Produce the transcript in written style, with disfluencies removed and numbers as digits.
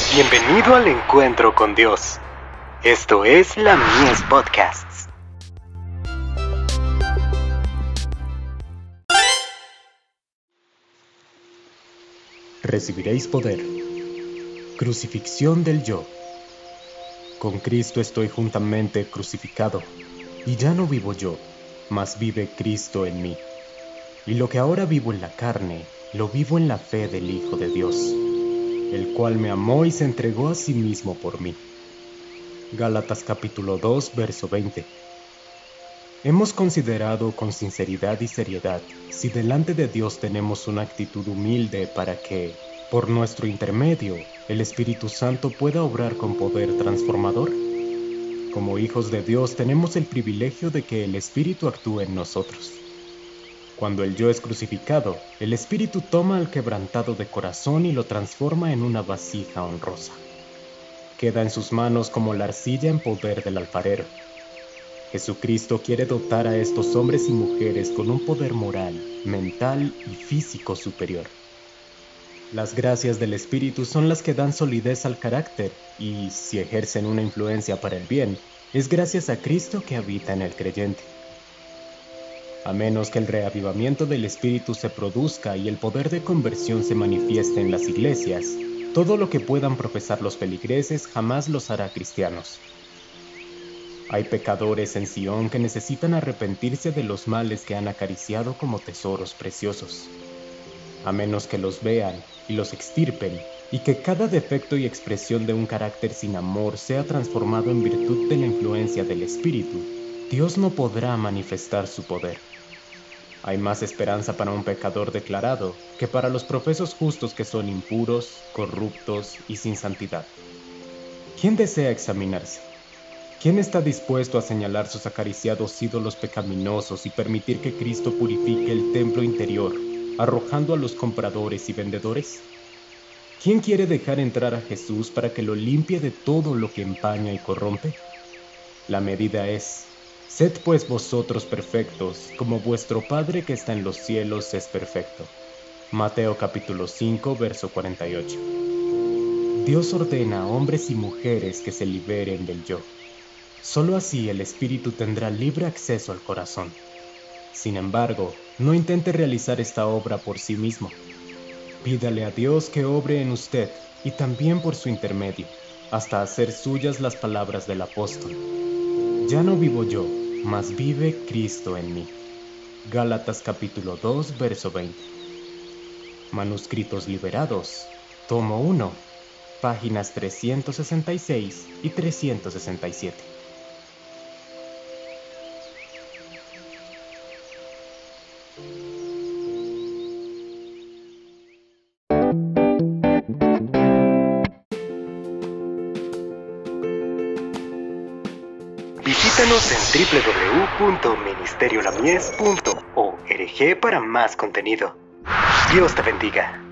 Bienvenido al encuentro con Dios. Esto es la Mies Podcasts. Recibiréis poder. Crucifixión del yo. Con Cristo estoy juntamente crucificado, y ya no vivo yo, mas vive Cristo en mí. Y lo que ahora vivo en la carne, lo vivo en la fe del Hijo de Dios, el cual me amó y se entregó a sí mismo por mí. Gálatas capítulo 2, verso 20. Hemos considerado con sinceridad y seriedad si delante de Dios tenemos una actitud humilde para que, por nuestro intermedio, el Espíritu Santo pueda obrar con poder transformador. Como hijos de Dios tenemos el privilegio de que el Espíritu actúe en nosotros. Cuando el yo es crucificado, el Espíritu toma al quebrantado de corazón y lo transforma en una vasija honrosa. Queda en sus manos como la arcilla en poder del alfarero. Jesucristo quiere dotar a estos hombres y mujeres con un poder moral, mental y físico superior. Las gracias del Espíritu son las que dan solidez al carácter y, si ejercen una influencia para el bien, es gracias a Cristo que habita en el creyente. A menos que el reavivamiento del Espíritu se produzca y el poder de conversión se manifieste en las iglesias, todo lo que puedan profesar los feligreses jamás los hará cristianos. Hay pecadores en Sion que necesitan arrepentirse de los males que han acariciado como tesoros preciosos. A menos que los vean y los extirpen, y que cada defecto y expresión de un carácter sin amor sea transformado en virtud de la influencia del Espíritu, Dios no podrá manifestar su poder. Hay más esperanza para un pecador declarado que para los profesos justos que son impuros, corruptos y sin santidad. ¿Quién desea examinarse? ¿Quién está dispuesto a señalar sus acariciados ídolos pecaminosos y permitir que Cristo purifique el templo interior, arrojando a los compradores y vendedores? ¿Quién quiere dejar entrar a Jesús para que lo limpie de todo lo que empaña y corrompe? La medida es: sed pues vosotros perfectos, como vuestro Padre que está en los cielos es perfecto. Mateo capítulo 5, verso 48. Dios ordena a hombres y mujeres que se liberen del yo. Solo así el Espíritu tendrá libre acceso al corazón. Sin embargo, no intente realizar esta obra por sí mismo. Pídale a Dios que obre en usted y también por su intermedio, hasta hacer suyas las palabras del apóstol. Ya no vivo yo, mas vive Cristo en mí. Gálatas capítulo 2, verso 20. Manuscritos liberados, tomo 1, páginas 366 y 367. Visítanos en www.ministeriolamies.org para más contenido. Dios te bendiga.